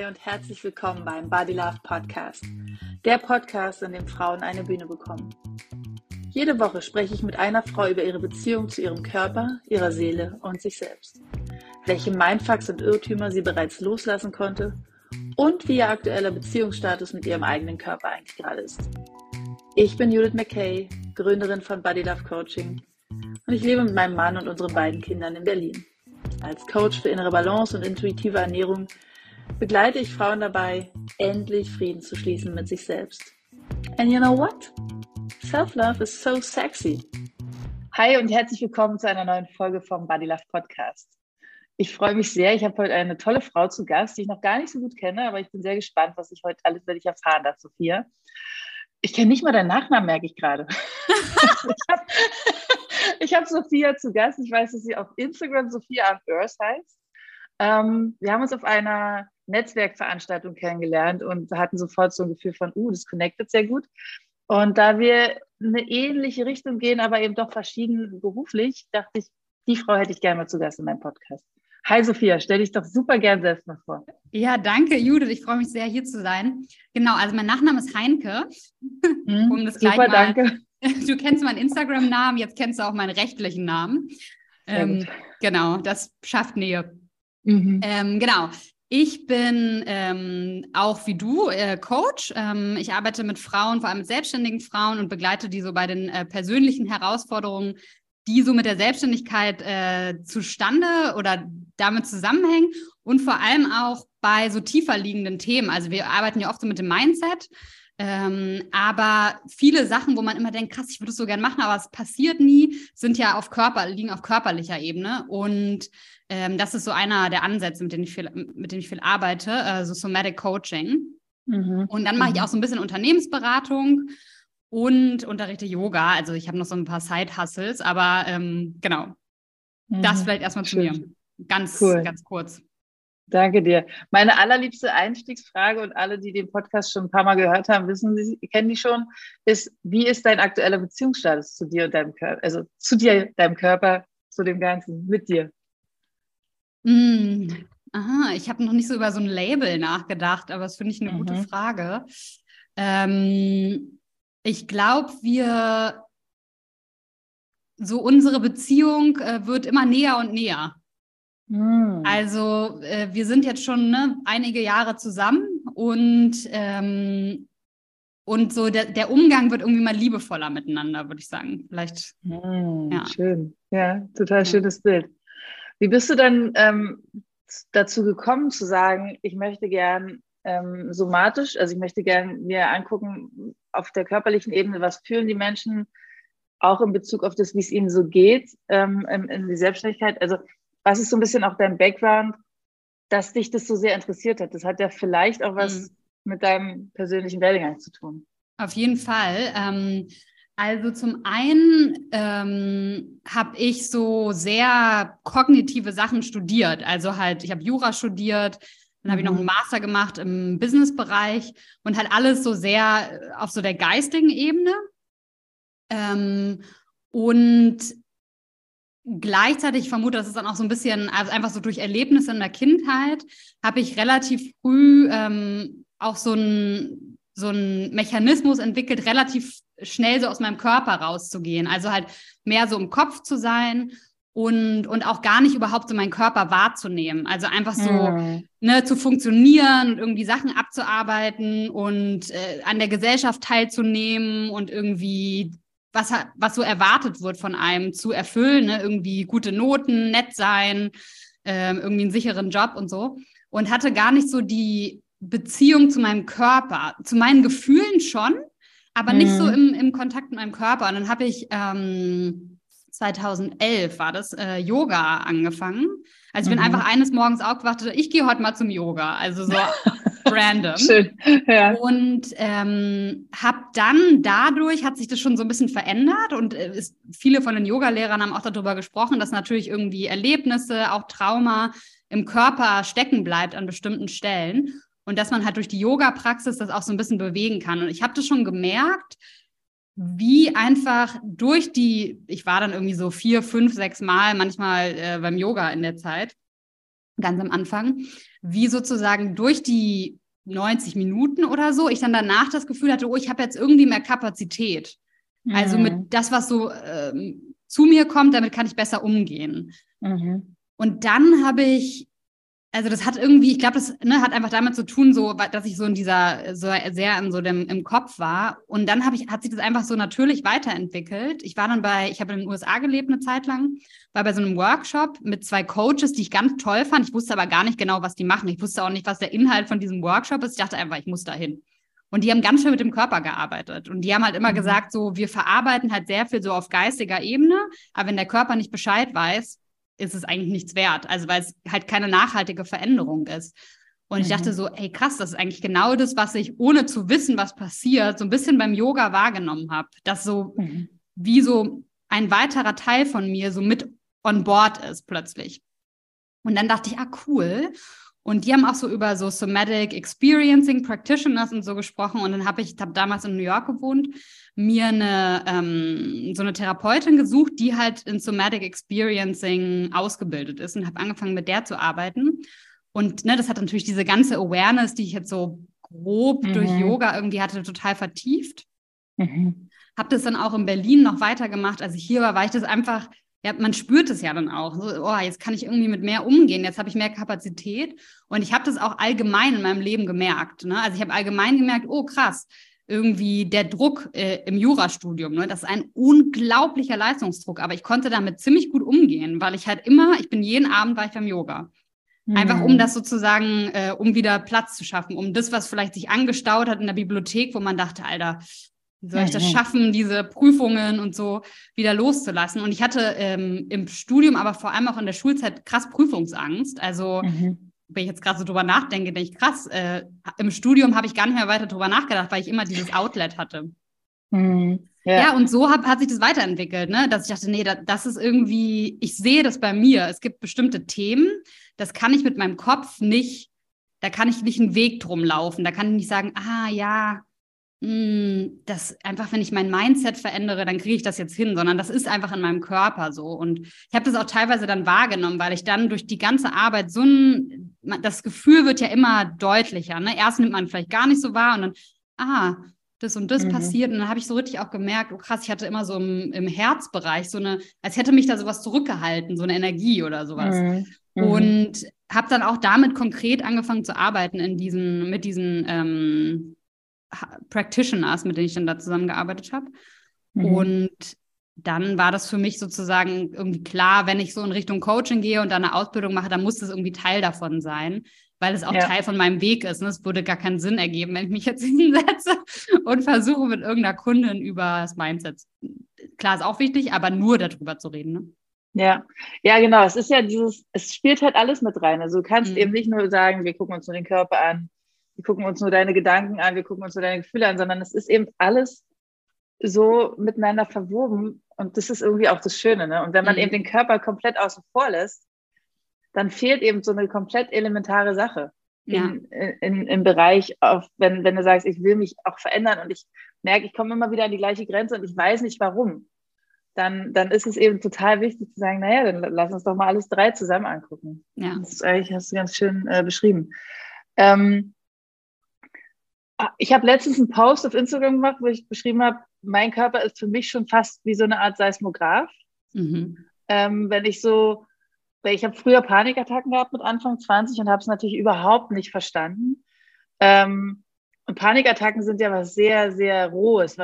Hi und herzlich willkommen beim Body Love Podcast, der Podcast, in dem Frauen eine Bühne bekommen. Jede Woche spreche ich mit einer Frau über ihre Beziehung zu ihrem Körper, ihrer Seele und sich selbst, welche Mindfucks und Irrtümer sie bereits loslassen konnte und wie ihr aktueller Beziehungsstatus mit ihrem eigenen Körper eigentlich gerade ist. Ich bin Judith McKay, Gründerin von Body Love Coaching und ich lebe mit meinem Mann und unseren beiden Kindern in Berlin. Als Coach für innere Balance und intuitive Ernährung begleite ich Frauen dabei, endlich Frieden zu schließen mit sich selbst. And you know what? Self-love is so sexy. Hi und herzlich willkommen zu einer neuen Folge vom Body Love Podcast. Ich freue mich sehr. Ich habe heute eine tolle Frau zu Gast, die ich noch gar nicht so gut kenne, aber ich bin sehr gespannt, was ich heute alles über dich erfahren darf, Sophia. Ich kenne nicht mal deinen Nachnamen, merke ich gerade. Ich hab Sophia zu Gast. Ich weiß, dass sie auf Instagram Sophia on Earth heißt. Wir haben uns auf einer Netzwerkveranstaltung kennengelernt und hatten sofort so ein Gefühl von, das connectet sehr gut. Und da wir eine ähnliche Richtung gehen, aber eben doch verschieden beruflich, dachte ich, die Frau hätte ich gerne mal zu Gast in meinem Podcast. Hi Sophia, stell dich doch super gern selbst mal vor. Ja, danke Judith, ich freue mich sehr, hier zu sein. Genau, also mein Nachname ist Heinke. Um das gleich super, mal, danke. Du kennst meinen Instagram-Namen, jetzt kennst du auch meinen rechtlichen Namen. Genau, das schafft Nähe. Genau, ich bin auch wie du Coach. Ich arbeite mit Frauen, vor allem mit selbstständigen Frauen und begleite die so bei den persönlichen Herausforderungen, die so mit der Selbstständigkeit zustande oder damit zusammenhängen und vor allem auch bei so tiefer liegenden Themen. Also wir arbeiten ja oft so mit dem Mindset, aber viele Sachen, wo man immer denkt, krass, ich würde es so gern machen, aber es passiert nie, liegen auf körperlicher Ebene und das ist so einer der Ansätze, mit denen ich viel arbeite, so Somatic Coaching. Und dann mache ich auch so ein bisschen Unternehmensberatung und unterrichte Yoga. Also ich habe noch so ein paar Side-Hustles, aber genau, das vielleicht erstmal zu mir. Ganz kurz. Danke dir. Meine allerliebste Einstiegsfrage und alle, die den Podcast schon ein paar Mal gehört haben, kennen die schon, ist, wie ist dein aktueller Beziehungsstatus zu dir und deinem Körper, also zu dir, deinem Körper, zu dem Ganzen, mit dir? Ich habe noch nicht so über so ein Label nachgedacht, aber das finde ich eine gute Frage. Ich glaube, unsere Beziehung wird immer näher und näher. Also wir sind jetzt schon einige Jahre zusammen und so der Umgang wird irgendwie mal liebevoller miteinander, würde ich sagen. Vielleicht. Ja. Schön, ja, total schönes Bild. Wie bist du dann dazu gekommen zu sagen, ich möchte gern somatisch, also ich möchte gern mir angucken, auf der körperlichen Ebene, was fühlen die Menschen, auch in Bezug auf das, wie es ihnen so geht, in die Selbstständigkeit. Also was ist so ein bisschen auch dein Background, dass dich das so sehr interessiert hat? Das hat ja vielleicht auch was mit deinem persönlichen Werdegang zu tun. Auf jeden Fall. Also zum einen habe ich so sehr kognitive Sachen studiert. Also halt, ich habe Jura studiert, dann habe ich noch einen Master gemacht im Businessbereich und halt alles so sehr auf so der geistigen Ebene. Und gleichzeitig, ich vermute, das ist dann auch so ein bisschen, also einfach so durch Erlebnisse in der Kindheit, habe ich relativ früh auch so ein Mechanismus entwickelt, relativ schnell so aus meinem Körper rauszugehen. Also halt mehr so im Kopf zu sein und auch gar nicht überhaupt so meinen Körper wahrzunehmen. Also einfach so zu funktionieren und irgendwie Sachen abzuarbeiten und an der Gesellschaft teilzunehmen und irgendwie was so erwartet wird von einem zu erfüllen, irgendwie gute Noten, nett sein, irgendwie einen sicheren Job und so. Und hatte gar nicht so die Beziehung zu meinem Körper, zu meinen Gefühlen schon, aber nicht so im Kontakt mit meinem Körper. Und dann habe ich 2011 war das, Yoga angefangen. Also ich bin einfach eines Morgens aufgewacht und ich gehe heute mal zum Yoga. Also so random. Schön, ja. Und habe dann dadurch, hat sich das schon so ein bisschen verändert und viele von den Yogalehrern haben auch darüber gesprochen, dass natürlich irgendwie Erlebnisse, auch Trauma im Körper stecken bleibt an bestimmten Stellen und dass man halt durch die Yoga-Praxis das auch so ein bisschen bewegen kann. Und ich habe das schon gemerkt, wie einfach ich war dann irgendwie so 4, 5, 6 Mal manchmal beim Yoga in der Zeit ganz am Anfang, wie sozusagen durch die 90 Minuten oder so, ich dann danach das Gefühl hatte, oh, ich habe jetzt irgendwie mehr Kapazität. Also mit das, was so zu mir kommt, damit kann ich besser umgehen. Und dann habe ich, also das hat irgendwie, ich glaube, das hat einfach damit zu tun, so, dass ich so in dieser, so sehr in so dem im Kopf war. Und dann hat sich das einfach so natürlich weiterentwickelt. Ich habe in den USA gelebt eine Zeit lang, war bei so einem Workshop mit 2 Coaches, die ich ganz toll fand. Ich wusste aber gar nicht genau, was die machen. Ich wusste auch nicht, was der Inhalt von diesem Workshop ist. Ich dachte einfach, ich muss da hin. Und die haben ganz schön mit dem Körper gearbeitet. Und die haben halt immer gesagt, so, wir verarbeiten halt sehr viel so auf geistiger Ebene, aber wenn der Körper nicht Bescheid weiß, ist es eigentlich nichts wert. Also weil es halt keine nachhaltige Veränderung ist. Und ich dachte so, ey krass, das ist eigentlich genau das, was ich, ohne zu wissen, was passiert, so ein bisschen beim Yoga wahrgenommen habe. Dass so wie so ein weiterer Teil von mir so mit on board ist plötzlich. Und dann dachte ich, cool. Und die haben auch so über so Somatic Experiencing Practitioners und so gesprochen. Und dann habe damals in New York gewohnt, mir so eine Therapeutin gesucht, die halt in Somatic Experiencing ausgebildet ist und habe angefangen, mit der zu arbeiten. Und das hat natürlich diese ganze Awareness, die ich jetzt so grob durch Yoga irgendwie hatte, total vertieft. Habe das dann auch in Berlin noch weitergemacht. Als ich hier war ich das einfach... Ja, man spürt es ja dann auch. So, oh, jetzt kann ich irgendwie mit mehr umgehen. Jetzt habe ich mehr Kapazität. Und ich habe das auch allgemein in meinem Leben gemerkt. Ne? Also ich habe allgemein gemerkt, oh krass, irgendwie der Druck im Jurastudium. Ne? Das ist ein unglaublicher Leistungsdruck. Aber ich konnte damit ziemlich gut umgehen, weil ich jeden Abend war ich beim Yoga. Einfach um das sozusagen, um wieder Platz zu schaffen. Um das, was vielleicht sich angestaut hat in der Bibliothek, wo man dachte, Alter, wie soll ich das schaffen, diese Prüfungen und so wieder loszulassen? Und ich hatte im Studium, aber vor allem auch in der Schulzeit krass Prüfungsangst. Also wenn ich jetzt gerade so drüber nachdenke, denke ich, krass, im Studium habe ich gar nicht mehr weiter drüber nachgedacht, weil ich immer dieses Outlet hatte. Ja, und so hat sich das weiterentwickelt, ne? Dass ich dachte, nee, das ist irgendwie, ich sehe das bei mir. Es gibt bestimmte Themen, das kann ich mit meinem Kopf nicht, da kann ich nicht einen Weg drum laufen. Da kann ich nicht sagen, das einfach, wenn ich mein Mindset verändere, dann kriege ich das jetzt hin, sondern das ist einfach in meinem Körper so. Und ich habe das auch teilweise dann wahrgenommen, weil ich dann durch die ganze Arbeit das Gefühl wird ja immer deutlicher. Ne? Erst nimmt man vielleicht gar nicht so wahr und dann, das und das passiert. Und dann habe ich so richtig auch gemerkt, oh krass, ich hatte immer so im Herzbereich als hätte mich da sowas zurückgehalten, so eine Energie oder sowas. Und habe dann auch damit konkret angefangen zu arbeiten mit diesen Practitioners, mit denen ich dann da zusammengearbeitet habe. Und dann war das für mich sozusagen irgendwie klar, wenn ich so in Richtung Coaching gehe und dann eine Ausbildung mache, dann muss das irgendwie Teil davon sein, weil es auch Teil von meinem Weg ist. Ne? Es würde gar keinen Sinn ergeben, wenn ich mich jetzt hinsetze und versuche, mit irgendeiner Kundin über das Mindset. Klar, ist auch wichtig, aber nur darüber zu reden. Ne? Ja, genau. Es ist ja es spielt halt alles mit rein. Also du kannst eben nicht nur sagen, wir gucken uns nur den Körper an, wir gucken uns nur deine Gedanken an, wir gucken uns nur deine Gefühle an, sondern es ist eben alles so miteinander verwoben und das ist irgendwie auch das Schöne. Ne? Und wenn man eben den Körper komplett außen vor lässt, dann fehlt eben so eine komplett elementare Sache im Bereich, wenn du sagst, ich will mich auch verändern und ich merke, ich komme immer wieder an die gleiche Grenze und ich weiß nicht warum, dann ist es eben total wichtig zu sagen, naja, dann lass uns doch mal alles 3 zusammen angucken. Ja. Das ist eigentlich, hast du ganz schön beschrieben. Ich habe letztens einen Post auf Instagram gemacht, wo ich beschrieben habe, mein Körper ist für mich schon fast wie so eine Art Seismograph. Weil ich habe früher Panikattacken gehabt mit Anfang 20 und habe es natürlich überhaupt nicht verstanden. Und Panikattacken sind ja was sehr, sehr Rohes,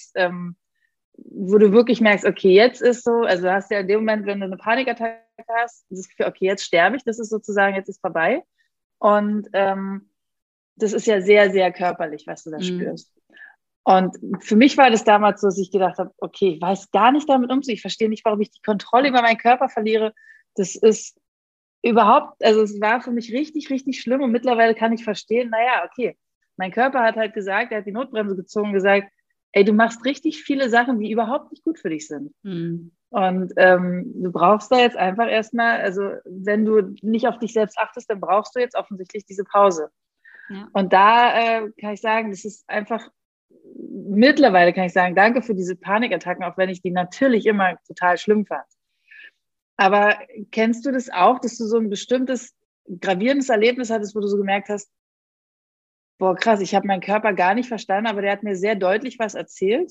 wo du wirklich merkst, okay, jetzt ist so, also du hast ja in dem Moment, wenn du eine Panikattacke hast, das Gefühl, okay, jetzt sterbe ich, das ist sozusagen, jetzt ist vorbei. Und das ist ja sehr, sehr körperlich, was du da spürst. Und für mich war das damals so, dass ich gedacht habe, okay, ich weiß gar nicht damit umzugehen. Ich verstehe nicht, warum ich die Kontrolle über meinen Körper verliere. Das ist überhaupt, also es war für mich richtig, richtig schlimm. Und mittlerweile kann ich verstehen, naja, okay, mein Körper hat halt gesagt, er hat die Notbremse gezogen und gesagt, ey, du machst richtig viele Sachen, die überhaupt nicht gut für dich sind. Und du brauchst da jetzt einfach erstmal, also wenn du nicht auf dich selbst achtest, dann brauchst du jetzt offensichtlich diese Pause. Ja. Und da kann ich sagen, das ist einfach, mittlerweile kann ich sagen, danke für diese Panikattacken, auch wenn ich die natürlich immer total schlimm fand. Aber kennst du das auch, dass du so ein bestimmtes gravierendes Erlebnis hattest, wo du so gemerkt hast, boah, krass, ich habe meinen Körper gar nicht verstanden, aber der hat mir sehr deutlich was erzählt?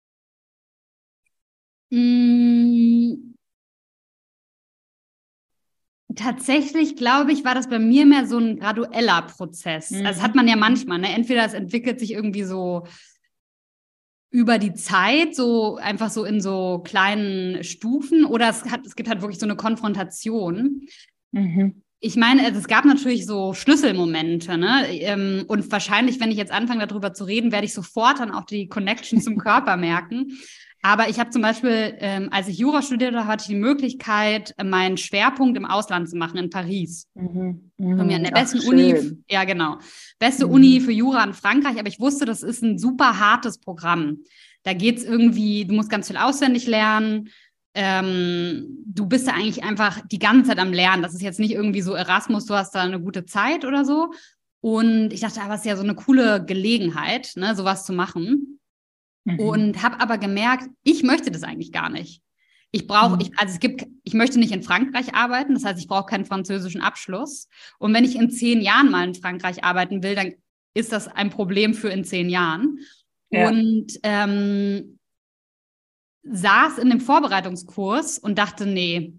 Tatsächlich, glaube ich, war das bei mir mehr so ein gradueller Prozess. Also das hat man ja manchmal, ne? Entweder es entwickelt sich irgendwie so über die Zeit, so einfach so in so kleinen Stufen, oder es gibt halt wirklich so eine Konfrontation. Ich meine, also es gab natürlich so Schlüsselmomente, ne? Und wahrscheinlich, wenn ich jetzt anfange, darüber zu reden, werde ich sofort dann auch die Connection zum Körper merken. Aber ich habe zum Beispiel, als ich Jura studierte, hatte ich die Möglichkeit, meinen Schwerpunkt im Ausland zu machen, in Paris. Von mir an der besten Uni, ja genau, beste Uni für Jura in Frankreich, aber ich wusste, das ist ein super hartes Programm. Da geht es irgendwie, du musst ganz viel auswendig lernen, du bist ja eigentlich einfach die ganze Zeit am Lernen. Das ist jetzt nicht irgendwie so Erasmus, du hast da eine gute Zeit oder so. Und ich dachte, aber es ist ja so eine coole Gelegenheit, ne, sowas zu machen. Und habe aber gemerkt, ich möchte das eigentlich gar nicht. Ich möchte nicht in Frankreich arbeiten, das heißt, ich brauche keinen französischen Abschluss. Und wenn ich in 10 Jahren mal in Frankreich arbeiten will, dann ist das ein Problem für in 10 Jahren. Ja. Und saß in dem Vorbereitungskurs und dachte, nee,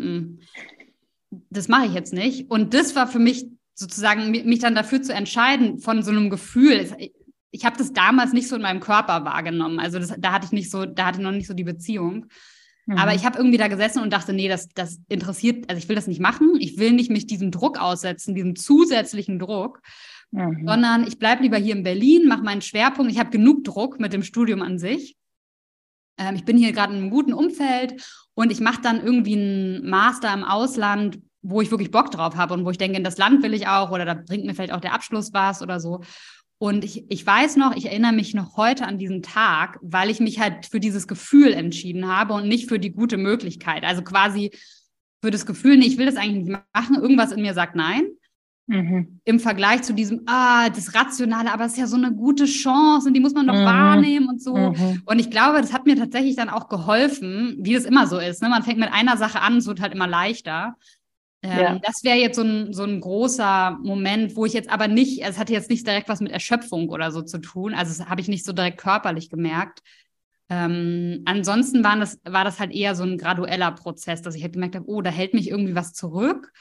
das mache ich jetzt nicht. Und das war für mich sozusagen, mich dann dafür zu entscheiden, von so einem Gefühl. Ich habe das damals nicht so in meinem Körper wahrgenommen. Also da hatte ich noch nicht so die Beziehung. Aber ich habe irgendwie da gesessen und dachte, nee, das interessiert, also ich will das nicht machen. Ich will nicht mich diesem Druck aussetzen, diesem zusätzlichen Druck, sondern ich bleibe lieber hier in Berlin, mache meinen Schwerpunkt. Ich habe genug Druck mit dem Studium an sich. Ich bin hier gerade in einem guten Umfeld und ich mache dann irgendwie einen Master im Ausland, wo ich wirklich Bock drauf habe und wo ich denke, in das Land will ich auch oder da bringt mir vielleicht auch der Abschluss was oder so. Und ich weiß noch, ich erinnere mich noch heute an diesen Tag, weil ich mich halt für dieses Gefühl entschieden habe und nicht für die gute Möglichkeit. Also quasi für das Gefühl, nee, ich will das eigentlich nicht machen. Irgendwas in mir sagt nein. Im Vergleich zu diesem, das Rationale, aber es ist ja so eine gute Chance und die muss man doch wahrnehmen und so. Und ich glaube, das hat mir tatsächlich dann auch geholfen, wie das immer so ist. Ne? Man fängt mit einer Sache an, es wird halt immer leichter. Das wäre jetzt so ein großer Moment, wo ich jetzt aber nicht, es hatte jetzt nicht direkt was mit Erschöpfung oder so zu tun, also das habe ich nicht so direkt körperlich gemerkt. Ansonsten war das halt eher so ein gradueller Prozess, dass ich halt gemerkt habe, oh, da hält mich irgendwie was zurück,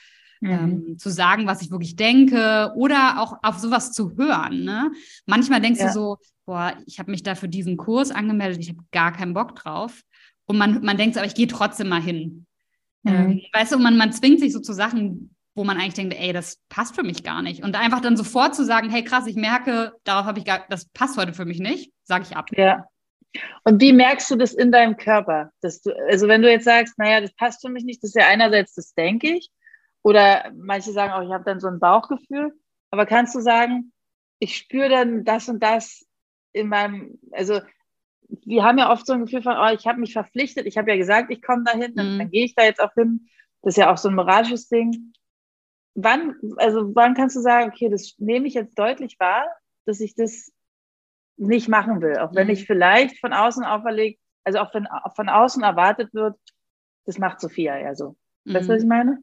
zu sagen, was ich wirklich denke oder auch auf sowas zu hören. Ne? Manchmal denkst du so, boah, ich habe mich da für diesen Kurs angemeldet, ich habe gar keinen Bock drauf. Und man denkt so, aber ich gehe trotzdem mal hin. Weißt du, man zwingt sich so zu Sachen, wo man eigentlich denkt, ey, das passt für mich gar nicht. Und einfach dann sofort zu sagen, hey krass, ich merke, das passt heute für mich nicht, sage ich ab. Ja. Und wie merkst du das in deinem Körper? Also wenn du jetzt sagst, naja, das passt für mich nicht, das ist ja einerseits, das denke ich. Oder manche sagen auch, ich habe dann so ein Bauchgefühl. Aber kannst du sagen, ich spüre dann das und das in meinem, also wir haben ja oft so ein Gefühl von, ich habe mich verpflichtet, ich habe ja gesagt, ich komme dahin, dann gehe ich da jetzt auch hin. Das ist ja auch so ein moralisches Ding. Wann kannst du sagen, okay, das nehme ich jetzt deutlich wahr, dass ich das nicht machen will, auch wenn ich vielleicht von außen auferlegt, also auch wenn von außen erwartet wird, das macht Sophia ja so. Weißt du, was ich meine?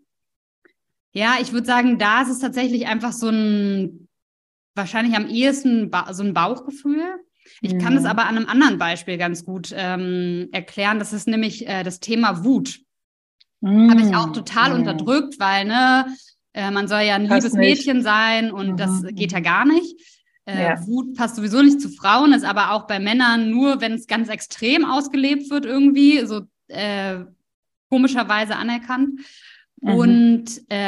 Ja, ich würde sagen, da ist es tatsächlich einfach wahrscheinlich am ehesten so ein Bauchgefühl. Ich kann das aber an einem anderen Beispiel ganz gut erklären. Das ist nämlich das Thema Wut. Habe ich auch total unterdrückt, weil man soll ja ein liebes Mädchen sein und das geht ja gar nicht. Wut passt sowieso nicht zu Frauen, ist aber auch bei Männern nur, wenn es ganz extrem ausgelebt wird irgendwie, so komischerweise anerkannt. Und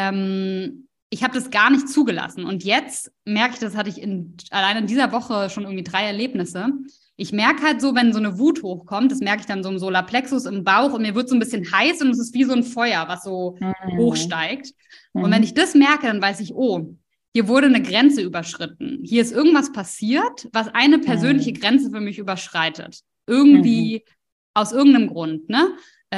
ich habe das gar nicht zugelassen. Und jetzt merke ich, das hatte ich allein in dieser Woche schon irgendwie 3 Erlebnisse. Ich merke halt so, wenn so eine Wut hochkommt, das merke ich dann so im Solarplexus, im Bauch und mir wird so ein bisschen heiß und es ist wie so ein Feuer, was so hochsteigt. Und wenn ich das merke, dann weiß ich, oh, hier wurde eine Grenze überschritten. Hier ist irgendwas passiert, was eine persönliche Grenze für mich überschreitet. Irgendwie, aus irgendeinem Grund, ne?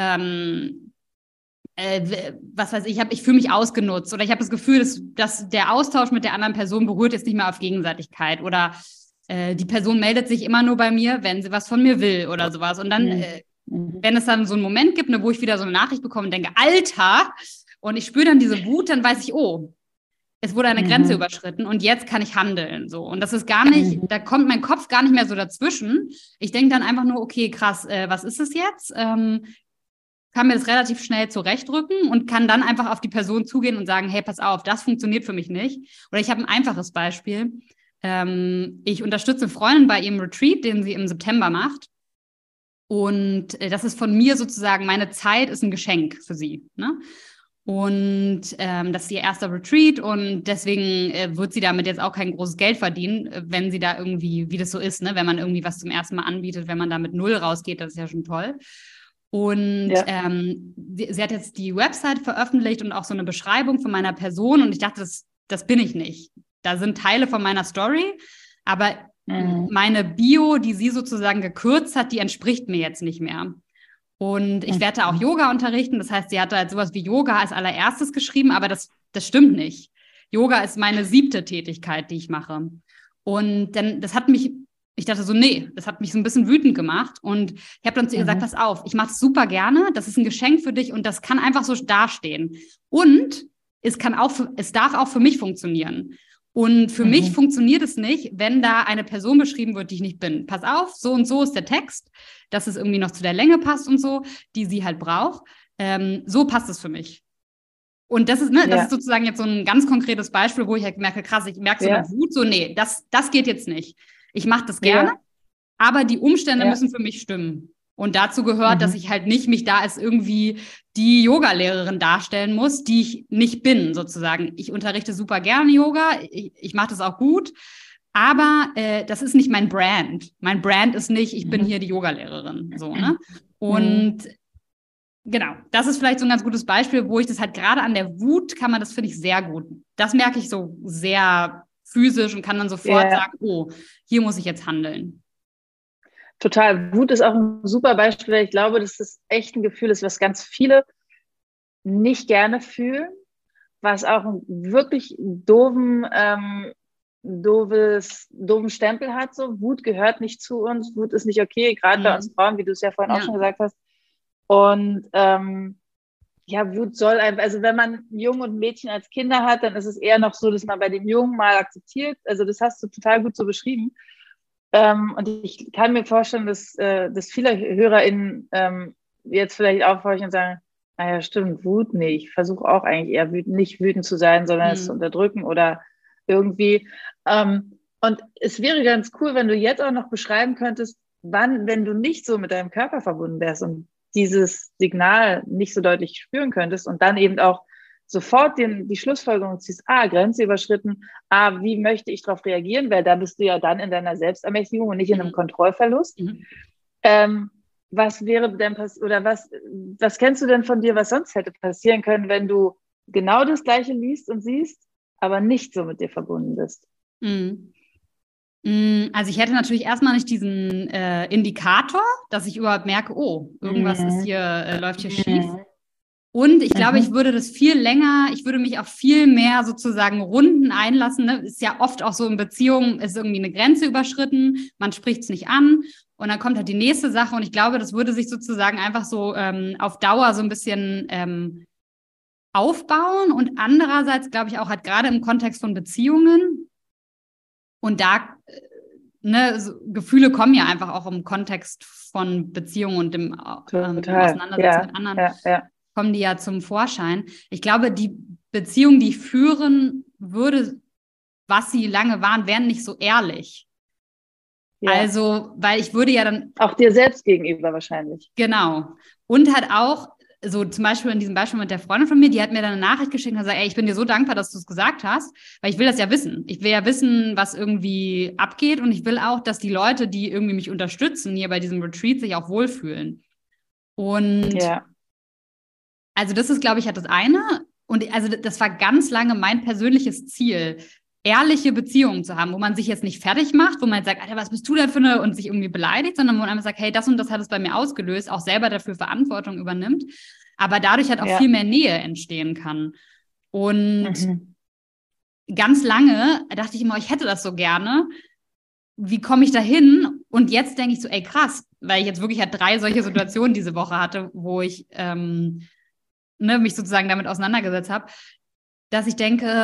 Was weiß ich, ich fühle mich ausgenutzt oder ich habe das Gefühl, dass der Austausch mit der anderen Person beruht jetzt nicht mehr auf Gegenseitigkeit oder die Person meldet sich immer nur bei mir, wenn sie was von mir will oder sowas. Und dann, wenn es dann so einen Moment gibt, wo ich wieder so eine Nachricht bekomme und denke, Alter, und ich spüre dann diese Wut, dann weiß ich, oh, es wurde eine Grenze überschritten und jetzt kann ich handeln. So. Und das ist gar nicht, da kommt mein Kopf gar nicht mehr so dazwischen. Ich denke dann einfach nur, okay, krass, was ist es jetzt? Kann mir das relativ schnell zurechtrücken und kann dann einfach auf die Person zugehen und sagen, hey, pass auf, das funktioniert für mich nicht. Oder ich habe ein einfaches Beispiel. Ich unterstütze eine Freundin bei ihrem Retreat, den sie im September macht. Und das ist von mir sozusagen, meine Zeit ist ein Geschenk für sie. Ne? Und das ist ihr erster Retreat und deswegen wird sie damit jetzt auch kein großes Geld verdienen, wenn sie da irgendwie, wie das so ist, ne? Wenn man irgendwie was zum ersten Mal anbietet, wenn man da mit 0 rausgeht, das ist ja schon toll. Und sie hat jetzt die Website veröffentlicht und auch so eine Beschreibung von meiner Person und ich dachte, das bin ich nicht. Da sind Teile von meiner Story, aber meine Bio, die sie sozusagen gekürzt hat, die entspricht mir jetzt nicht mehr. Und ich werde auch Yoga unterrichten, das heißt, sie hat da jetzt sowas wie Yoga als allererstes geschrieben, aber das stimmt nicht. Yoga ist meine 7. Tätigkeit, die ich mache. Und dann, ich dachte so, nee, das hat mich so ein bisschen wütend gemacht. Und ich habe dann zu ihr gesagt, pass auf, ich mache es super gerne, das ist ein Geschenk für dich und das kann einfach so dastehen. Und es darf auch für mich funktionieren. Und für mich funktioniert es nicht, wenn da eine Person beschrieben wird, die ich nicht bin. Pass auf, so und so ist der Text, dass es irgendwie noch zu der Länge passt und so, die sie halt braucht. So passt es für mich. Und das ist, das ist sozusagen jetzt so ein ganz konkretes Beispiel, wo ich halt merke, krass, ich merke so eine Wut, so nee, das geht jetzt nicht. Ich mache das gerne, aber die Umstände müssen für mich stimmen. Und dazu gehört, dass ich halt nicht mich da als irgendwie die Yoga-Lehrerin darstellen muss, die ich nicht bin, sozusagen. Ich unterrichte super gerne Yoga, ich mache das auch gut, aber das ist nicht mein Brand. Mein Brand ist nicht, ich bin hier die Yoga-Lehrerin. So, ne? Und genau, das ist vielleicht so ein ganz gutes Beispiel, wo ich das halt gerade an der Wut kann man das, finde ich, sehr gut. Das merke ich so sehr physisch und kann dann sofort sagen, oh, hier muss ich jetzt handeln. Total. Wut ist auch ein super Beispiel, weil ich glaube, dass das echt ein Gefühl ist, was ganz viele nicht gerne fühlen, was auch einen wirklich doofen Stempel hat. So. Wut gehört nicht zu uns, Wut ist nicht okay, gerade bei uns Frauen, wie du es ja vorhin auch schon gesagt hast. Und Wut soll also wenn man Jungen und Mädchen als Kinder hat, dann ist es eher noch so, dass man bei dem Jungen mal akzeptiert. Also das hast du total gut so beschrieben. Und ich kann mir vorstellen, dass viele HörerInnen jetzt vielleicht aufhorchen und sagen, naja, stimmt, Wut nicht. Ich versuche auch eigentlich eher nicht wütend zu sein, sondern es zu unterdrücken oder irgendwie. Und es wäre ganz cool, wenn du jetzt auch noch beschreiben könntest, wann, wenn du nicht so mit deinem Körper verbunden wärst und dieses Signal nicht so deutlich spüren könntest und dann eben auch sofort die Schlussfolgerung ziehst, Grenze überschritten, wie möchte ich darauf reagieren, weil da bist du ja dann in deiner Selbstermächtigung und nicht in einem Kontrollverlust. Was wäre denn oder was kennst du denn von dir, was sonst hätte passieren können, wenn du genau das Gleiche liest und siehst, aber nicht so mit dir verbunden bist? Also ich hätte natürlich erstmal nicht diesen Indikator, dass ich überhaupt merke, oh, irgendwas ist hier, läuft hier schief. Und ich glaube, ich würde mich auf viel mehr sozusagen Runden einlassen. Ne? Ist ja oft auch so in Beziehungen, ist irgendwie eine Grenze überschritten, man spricht es nicht an und dann kommt halt die nächste Sache und ich glaube, das würde sich sozusagen einfach so auf Dauer so ein bisschen aufbauen und andererseits glaube ich auch halt gerade im Kontext von Beziehungen und da so Gefühle kommen ja einfach auch im Kontext von Beziehungen und dem Auseinandersetzen mit anderen. Kommen die ja zum Vorschein. Ich glaube, die Beziehungen, die ich führen würde, was sie lange waren, wären nicht so ehrlich. Ja. Also, weil ich würde ja dann... Auch dir selbst gegenüber wahrscheinlich. Genau. Und halt auch, so zum Beispiel in diesem Beispiel mit der Freundin von mir, die hat mir dann eine Nachricht geschickt und hat gesagt, ey, ich bin dir so dankbar, dass du es gesagt hast, weil ich will das ja wissen. Ich will ja wissen, was irgendwie abgeht und ich will auch, dass die Leute, die irgendwie mich unterstützen, hier bei diesem Retreat, sich auch wohlfühlen. Und... Ja. Also das ist, glaube ich, halt das eine. Und also das war ganz lange mein persönliches Ziel, ehrliche Beziehungen zu haben, wo man sich jetzt nicht fertig macht, wo man jetzt sagt, Alter, was bist du denn für eine, und sich irgendwie beleidigt, sondern wo man einfach sagt, hey, das und das hat es bei mir ausgelöst, auch selber dafür Verantwortung übernimmt, aber dadurch halt auch viel mehr Nähe entstehen kann. Und ganz lange dachte ich immer, ich hätte das so gerne. Wie komme ich da hin? Und jetzt denke ich so, ey, krass, weil ich jetzt wirklich halt 3 solche Situationen diese Woche hatte, wo ich mich sozusagen damit auseinandergesetzt habe, dass ich denke,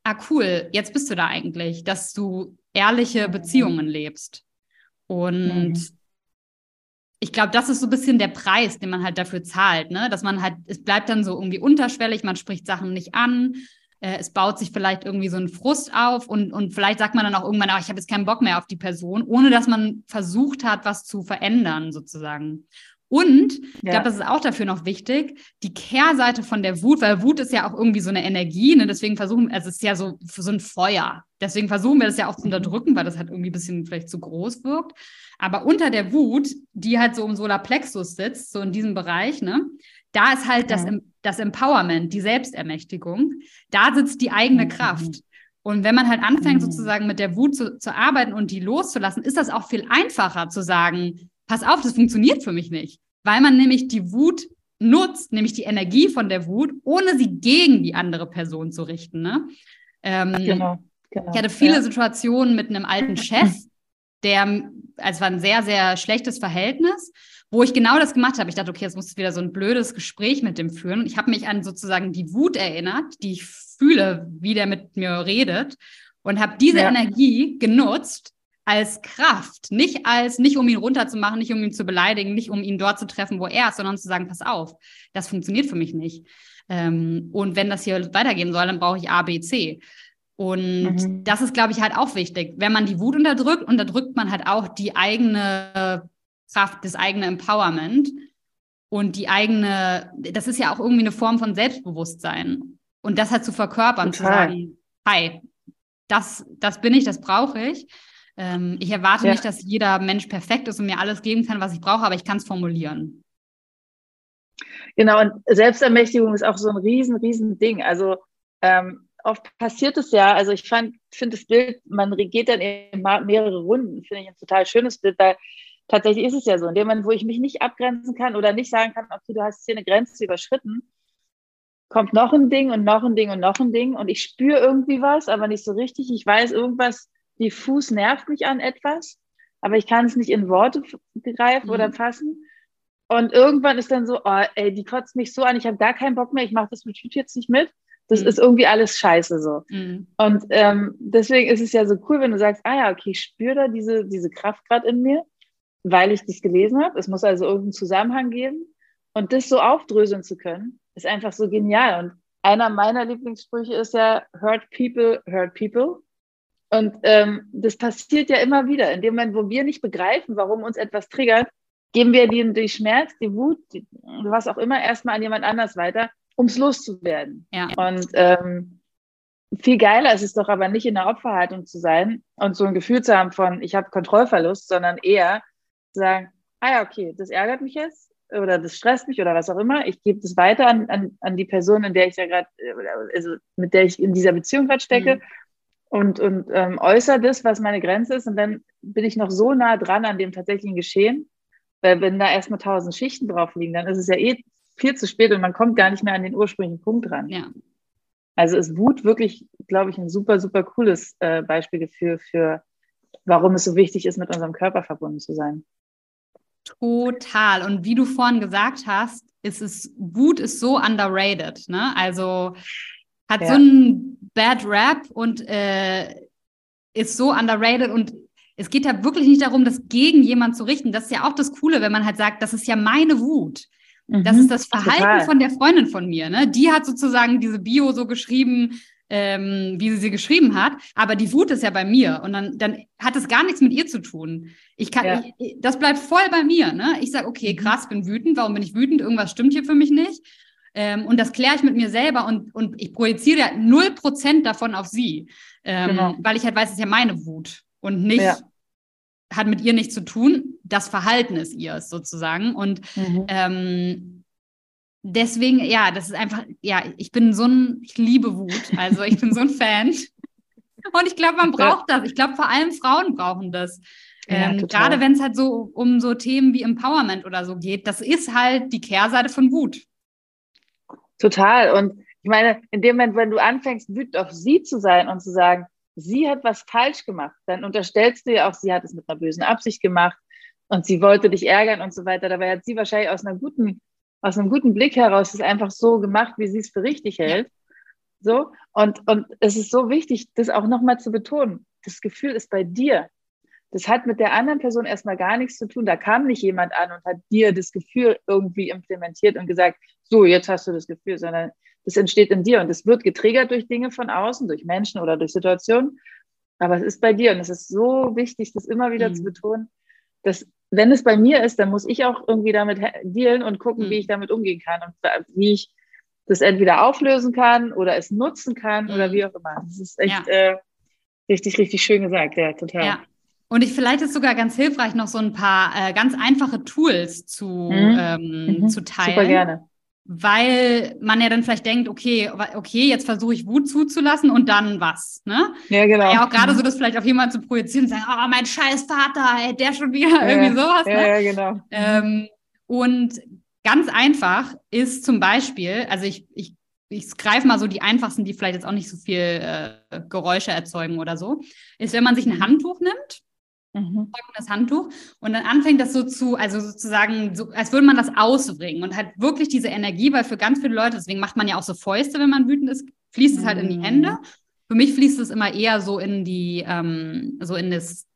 cool, jetzt bist du da eigentlich, dass du ehrliche Beziehungen lebst. Und ich glaube, das ist so ein bisschen der Preis, den man halt dafür zahlt, ne? Dass man halt, es bleibt dann so irgendwie unterschwellig, man spricht Sachen nicht an, es baut sich vielleicht irgendwie so ein Frust auf und vielleicht sagt man dann auch irgendwann, ich habe jetzt keinen Bock mehr auf die Person, ohne dass man versucht hat, was zu verändern sozusagen. Und ich glaube, das ist auch dafür noch wichtig, die Kehrseite von der Wut, weil Wut ist ja auch irgendwie so eine Energie, ne? Deswegen es ist ja so ein Feuer. Deswegen versuchen wir das ja auch zu unterdrücken, weil das halt irgendwie ein bisschen vielleicht zu groß wirkt. Aber unter der Wut, die halt so im Solarplexus sitzt, so in diesem Bereich, ne? Da ist halt das Empowerment, die Selbstermächtigung. Da sitzt die eigene Kraft. Und wenn man halt anfängt, sozusagen mit der Wut zu arbeiten und die loszulassen, ist das auch viel einfacher zu sagen, pass auf, das funktioniert für mich nicht. Weil man nämlich die Wut nutzt, nämlich die Energie von der Wut, ohne sie gegen die andere Person zu richten. Ne? Genau. Ich hatte viele Situationen mit einem alten Chef, es war ein sehr, sehr schlechtes Verhältnis, wo ich genau das gemacht habe. Ich dachte, okay, jetzt muss ich wieder so ein blödes Gespräch mit dem führen. Und ich habe mich an sozusagen die Wut erinnert, die ich fühle, wie der mit mir redet, und habe diese Energie genutzt als Kraft, nicht um ihn runterzumachen, nicht um ihn zu beleidigen, nicht um ihn dort zu treffen, wo er ist, sondern zu sagen, pass auf, das funktioniert für mich nicht. Und wenn das hier weitergehen soll, dann brauche ich A, B, C. Und das ist, glaube ich, halt auch wichtig. Wenn man die Wut unterdrückt man halt auch die eigene Kraft, das eigene Empowerment und das ist ja auch irgendwie eine Form von Selbstbewusstsein. Und das halt zu verkörpern, zu sagen, hi, das bin ich, das brauche ich. Ich erwarte nicht, dass jeder Mensch perfekt ist und mir alles geben kann, was ich brauche, aber ich kann es formulieren. Genau, und Selbstermächtigung ist auch so ein riesen Ding. Also oft passiert es ja, also ich finde das Bild, man geht dann in mehrere Runden, finde ich ein total schönes Bild, weil tatsächlich ist es ja so, in dem Moment, wo ich mich nicht abgrenzen kann oder nicht sagen kann, okay, du hast hier eine Grenze überschritten, kommt noch ein Ding und noch ein Ding und noch ein Ding und ich spüre irgendwie was, aber nicht so richtig. Ich weiß, irgendwas diffus nervt mich an etwas, aber ich kann es nicht in Worte greifen oder fassen. Und irgendwann ist dann so, die kotzt mich so an, ich habe gar keinen Bock mehr, ich mache das mit jetzt nicht mit. Das ist irgendwie alles scheiße so. Und deswegen ist es ja so cool, wenn du sagst, okay, ich spüre da diese Kraft gerade in mir, weil ich das gelesen habe. Es muss also irgendeinen Zusammenhang geben. Und das so aufdröseln zu können, ist einfach so genial. Und einer meiner Lieblingssprüche ist ja, hurt people, hurt people. Und das passiert ja immer wieder. In dem Moment, wo wir nicht begreifen, warum uns etwas triggert, geben wir die Schmerz, die Wut, was auch immer, erstmal an jemand anders weiter, um es loszuwerden. Ja. Und viel geiler ist es doch aber nicht in der Opferhaltung zu sein und so ein Gefühl zu haben von, ich habe Kontrollverlust, sondern eher zu sagen, okay, das ärgert mich jetzt oder das stresst mich oder was auch immer. Ich gebe das weiter an die Person, in der ich ja gerade, also mit der ich in dieser Beziehung gerade stecke und äußere das, was meine Grenze ist. Und dann bin ich noch so nah dran an dem tatsächlichen Geschehen, weil wenn da erstmal 1000 Schichten drauf liegen, dann ist es ja viel zu spät und man kommt gar nicht mehr an den ursprünglichen Punkt ran. Ja. Also ist Wut wirklich, glaube ich, ein super, super cooles Beispiel für, warum es so wichtig ist, mit unserem Körper verbunden zu sein. Total. Und wie du vorhin gesagt hast, Wut ist so underrated, ne? Also hat so einen Bad Rap und ist so underrated und es geht da wirklich nicht darum, das gegen jemanden zu richten. Das ist ja auch das Coole, wenn man halt sagt, das ist ja meine Wut. Das ist das Verhalten von der Freundin von mir. Ne? Die hat sozusagen diese Bio so geschrieben, wie sie geschrieben hat, aber die Wut ist ja bei mir und dann hat es gar nichts mit ihr zu tun. Das bleibt voll bei mir. Ne? Ich sage, okay, krass, bin wütend. Warum bin ich wütend? Irgendwas stimmt hier für mich nicht. Und das kläre ich mit mir selber und ich projiziere ja 0% davon auf sie, weil ich halt weiß, es ist ja meine Wut und nicht hat mit ihr nichts zu tun. Das Verhalten ist ihres sozusagen und deswegen, das ist einfach, ich liebe Wut, also ich bin so ein Fan und ich glaube, man braucht das. Ich glaube, vor allem Frauen brauchen das. Gerade wenn es halt so um so Themen wie Empowerment oder so geht, das ist halt die Kehrseite von Wut. Total. Und ich meine, in dem Moment, wenn du anfängst, wütend auf sie zu sein und zu sagen, sie hat was falsch gemacht, dann unterstellst du ja auch, sie hat es mit einer bösen Absicht gemacht und sie wollte dich ärgern und so weiter. Dabei hat sie wahrscheinlich aus einem guten Blick heraus es einfach so gemacht, wie sie es für richtig hält. So, und es ist so wichtig, das auch nochmal zu betonen. Das Gefühl ist bei dir. Das hat mit der anderen Person erstmal gar nichts zu tun. Da kam nicht jemand an und hat dir das Gefühl irgendwie implementiert und gesagt, so, jetzt hast du das Gefühl, sondern das entsteht in dir und es wird getriggert durch Dinge von außen, durch Menschen oder durch Situationen. Aber es ist bei dir und es ist so wichtig, das immer wieder zu betonen, dass, wenn es bei mir ist, dann muss ich auch irgendwie damit dealen und gucken, wie ich damit umgehen kann und wie ich das entweder auflösen kann oder es nutzen kann oder wie auch immer. Das ist echt richtig, richtig schön gesagt, ja, total. Ja. Und vielleicht ist sogar ganz hilfreich, noch so ein paar ganz einfache Tools zu teilen. Super gerne. Weil man ja dann vielleicht denkt, okay, jetzt versuche ich Wut zuzulassen und dann was, ne? Ja, genau. Ja, auch gerade so, das vielleicht auf jemanden zu projizieren und sagen, oh, mein scheiß Vater, ey, der schon wieder, irgendwie sowas. Ja, ne? Ja, genau. Und ganz einfach ist zum Beispiel, also ich greife mal so die einfachsten, die vielleicht jetzt auch nicht so viel Geräusche erzeugen oder so, ist, wenn man sich ein Handtuch nimmt, das Handtuch, und dann anfängt das also sozusagen, so, als würde man das ausbringen und halt wirklich diese Energie, weil für ganz viele Leute, deswegen macht man ja auch so Fäuste, wenn man wütend ist, fließt es halt in die Hände. Für mich fließt es immer eher so in die, so in das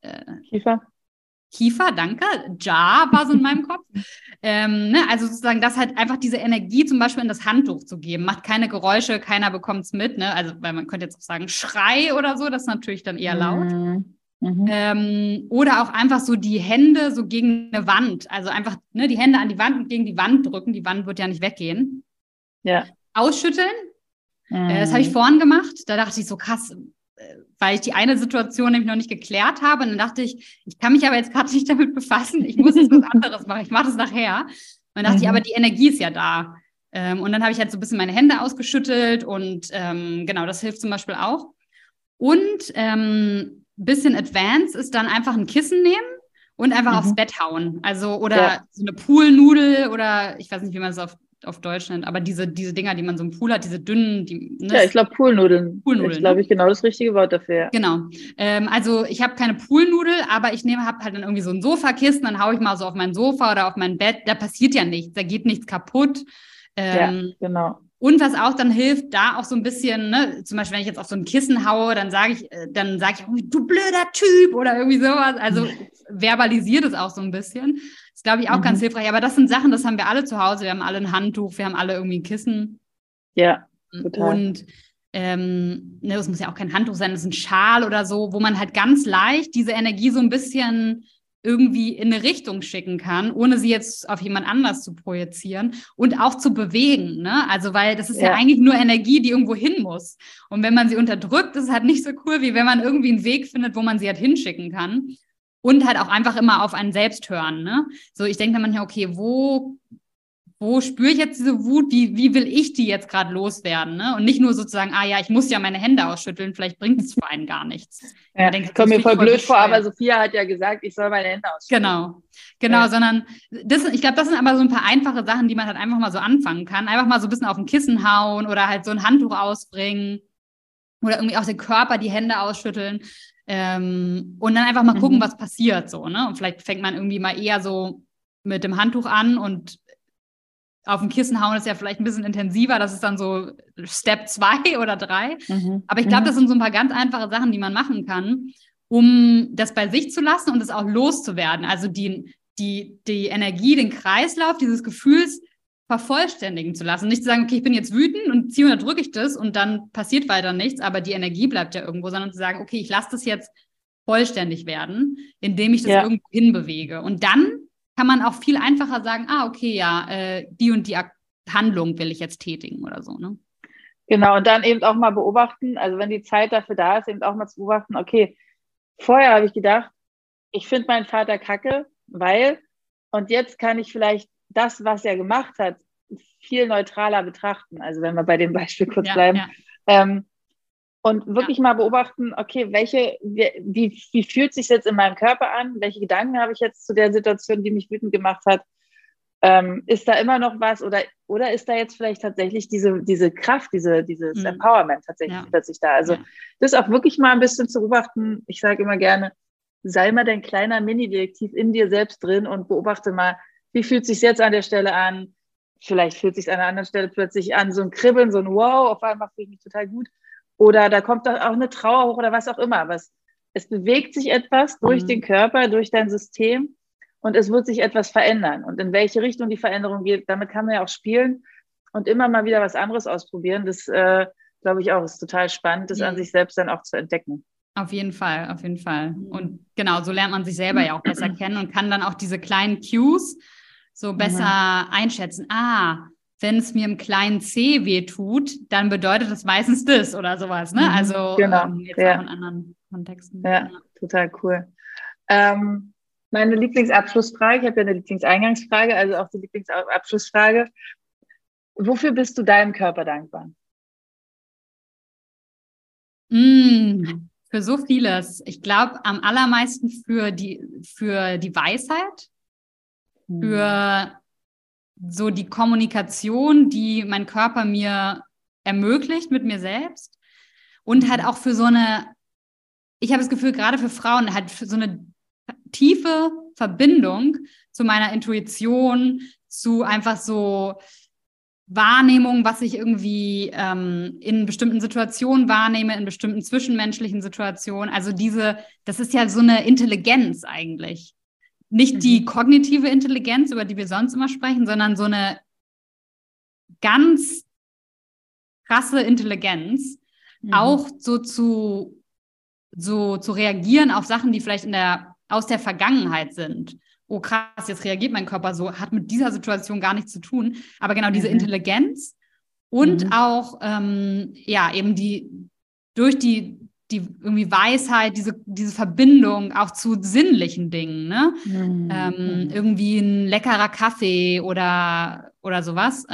Kiefer, danke. Ja, war so in meinem Kopf. Also sozusagen, das halt einfach diese Energie zum Beispiel in das Handtuch zu geben. Macht keine Geräusche, keiner bekommt es mit. Ne? Also, weil man könnte jetzt auch sagen, Schrei oder so, das ist natürlich dann eher laut. Oder auch einfach so die Hände so gegen eine Wand. Also einfach die Hände an die Wand und gegen die Wand drücken. Die Wand wird ja nicht weggehen. Ja. Ausschütteln. Das habe ich vorhin gemacht. Da dachte ich so, krass, weil ich die eine Situation nämlich noch nicht geklärt habe. Und dann dachte ich kann mich aber jetzt gerade nicht damit befassen. Ich muss jetzt was anderes machen. Ich mache das nachher. Und dann dachte ich, aber die Energie ist ja da. Und dann habe ich halt so ein bisschen meine Hände ausgeschüttelt. Und genau, das hilft zum Beispiel auch. Und bisschen advanced ist dann einfach ein Kissen nehmen und einfach aufs Bett hauen. Also, oder so eine Poolnudel oder ich weiß nicht, wie man es auf Deutsch nennt, aber diese Dinger, die man so im Pool hat, diese dünnen, ja, ich glaube Poolnudeln. Ist, glaube ich, genau das richtige Wort dafür. Ja. Genau. Also ich habe keine Poolnudel, aber ich habe halt dann irgendwie so ein Sofakissen, dann haue ich mal so auf mein Sofa oder auf mein Bett, da passiert ja nichts, da geht nichts kaputt. Ja, genau. Und was auch dann hilft, da auch so ein bisschen, ne, zum Beispiel, wenn ich jetzt auf so ein Kissen haue, dann sage ich, du blöder Typ oder irgendwie sowas. Also verbalisiert es auch so ein bisschen. Das ist, glaube ich, auch ganz hilfreich. Aber das sind Sachen, das haben wir alle zu Hause. Wir haben alle ein Handtuch, wir haben alle irgendwie ein Kissen. Ja, total. Und das muss ja auch kein Handtuch sein, das ist ein Schal oder so, wo man halt ganz leicht diese Energie so ein bisschen irgendwie in eine Richtung schicken kann, ohne sie jetzt auf jemand anders zu projizieren und auch zu bewegen, ne? Also, weil das ist ja eigentlich nur Energie, die irgendwo hin muss. Und wenn man sie unterdrückt, ist es halt nicht so cool, wie wenn man irgendwie einen Weg findet, wo man sie halt hinschicken kann. Und halt auch einfach immer auf einen selbst hören, ne? So, ich denke dann manchmal, okay, wo spüre ich jetzt diese Wut? Wie will ich die jetzt gerade loswerden? Ne? Und nicht nur sozusagen, ich muss ja meine Hände ausschütteln, vielleicht bringt es für einen gar nichts. Ja, ich komme mir voll blöd vor, aber Sophia hat ja gesagt, ich soll meine Hände ausschütteln. Genau, sondern ich glaube, das sind aber so ein paar einfache Sachen, die man halt einfach mal so anfangen kann. Einfach mal so ein bisschen auf ein Kissen hauen oder halt so ein Handtuch ausbringen oder irgendwie auch den Körper, die Hände ausschütteln. Und dann einfach mal gucken, was passiert so. Ne? Und vielleicht fängt man irgendwie mal eher so mit dem Handtuch an und auf dem Kissen hauen ist ja vielleicht ein bisschen intensiver, das ist dann so Step 2 oder 3. Aber ich glaube, das sind so ein paar ganz einfache Sachen, die man machen kann, um das bei sich zu lassen und es auch loszuwerden. Also die Energie, den Kreislauf dieses Gefühls vervollständigen zu lassen. Nicht zu sagen, okay, ich bin jetzt wütend und unterdrücke ich das und dann passiert weiter nichts, aber die Energie bleibt ja irgendwo, sondern zu sagen, okay, ich lasse das jetzt vollständig werden, indem ich das irgendwo hinbewege. Und dann kann man auch viel einfacher sagen, okay, die und die Handlung will ich jetzt tätigen oder so, ne? Genau, und dann eben auch mal beobachten, also wenn die Zeit dafür da ist, eben auch mal zu beobachten, okay, vorher habe ich gedacht, ich finde meinen Vater kacke, und jetzt kann ich vielleicht das, was er gemacht hat, viel neutraler betrachten, also wenn wir bei dem Beispiel kurz bleiben. Und wirklich mal beobachten, okay, wie fühlt es sich jetzt in meinem Körper an? Welche Gedanken habe ich jetzt zu der Situation, die mich wütend gemacht hat? Ist da immer noch was oder ist da jetzt vielleicht tatsächlich diese Kraft, dieses Empowerment tatsächlich plötzlich da? Also das auch wirklich mal ein bisschen zu beobachten. Ich sage immer gerne, sei mal dein kleiner Mini-Detektiv in dir selbst drin und beobachte mal, wie fühlt es sich jetzt an der Stelle an? vielleicht fühlt es sich an einer anderen Stelle plötzlich an, so ein Kribbeln, so ein Wow, auf einmal fühle ich mich total gut. Oder da kommt doch auch eine Trauer hoch oder was auch immer. Aber es bewegt sich etwas durch den Körper, durch dein System und es wird sich etwas verändern. Und in welche Richtung die Veränderung geht, damit kann man ja auch spielen und immer mal wieder was anderes ausprobieren. Das glaube ich auch, ist total spannend, das an sich selbst dann auch zu entdecken. Auf jeden Fall, auf jeden Fall. Und genau, so lernt man sich selber ja auch besser kennen und kann dann auch diese kleinen Cues so besser einschätzen. Wenn es mir im kleinen C wehtut, dann bedeutet das meistens das oder sowas, ne? Also genau. Jetzt auch in anderen Kontexten. Ja, total cool. Meine Lieblingsabschlussfrage, ich habe ja eine Lieblingseingangsfrage, also auch die Lieblingsabschlussfrage. Wofür bist du deinem Körper dankbar? Für so vieles. Ich glaube, am allermeisten für die Weisheit, für so die Kommunikation, die mein Körper mir ermöglicht mit mir selbst und halt auch für so eine, ich habe das Gefühl, gerade für Frauen halt für so eine tiefe Verbindung zu meiner Intuition, zu einfach so Wahrnehmung, was ich irgendwie in bestimmten Situationen wahrnehme, in bestimmten zwischenmenschlichen Situationen. Also das ist ja so eine Intelligenz eigentlich. Nicht die kognitive Intelligenz, über die wir sonst immer sprechen, sondern so eine ganz krasse Intelligenz, auch so zu reagieren auf Sachen, die vielleicht aus der Vergangenheit sind. Oh krass, jetzt reagiert mein Körper so, hat mit dieser Situation gar nichts zu tun. Aber genau diese Intelligenz und auch eben durch die irgendwie Weisheit, diese Verbindung auch zu sinnlichen Dingen, ne? Irgendwie ein leckerer Kaffee oder sowas.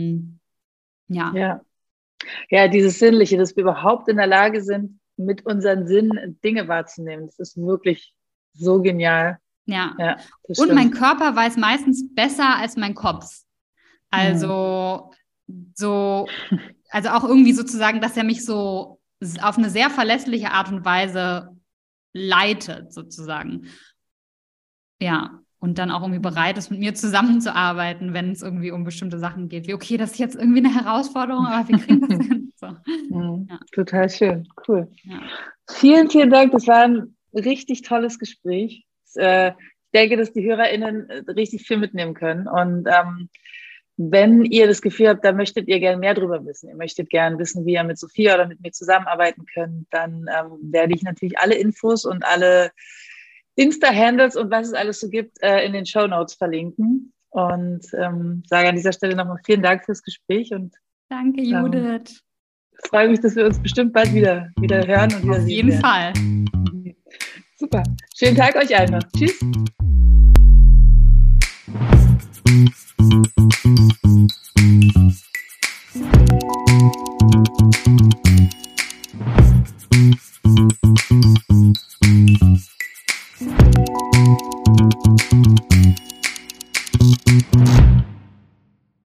Ja, dieses Sinnliche, dass wir überhaupt in der Lage sind, mit unseren Sinnen Dinge wahrzunehmen. Das ist wirklich so genial. Ja, und mein Körper weiß meistens besser als mein Kopf. Also also auch irgendwie sozusagen, dass er mich so auf eine sehr verlässliche Art und Weise leitet, sozusagen. Ja, und dann auch irgendwie bereit ist, mit mir zusammenzuarbeiten, wenn es irgendwie um bestimmte Sachen geht. Wie, okay, das ist jetzt irgendwie eine Herausforderung, aber wir kriegen das hin. So. Total schön, cool. Ja. Vielen, vielen Dank, das war ein richtig tolles Gespräch. Ich denke, dass die HörerInnen richtig viel mitnehmen können. Und wenn ihr das Gefühl habt, da möchtet ihr gerne mehr drüber wissen, ihr möchtet gerne wissen, wie ihr mit Sophia oder mit mir zusammenarbeiten könnt, dann werde ich natürlich alle Infos und alle Insta-Handles und was es alles so gibt, in den Shownotes verlinken. Und sage an dieser Stelle nochmal vielen Dank fürs Gespräch. Und danke, Judith. Freue mich, dass wir uns bestimmt bald wieder hören und wieder sehen. Auf jeden Fall. Super. Schönen Tag euch allen noch. Tschüss.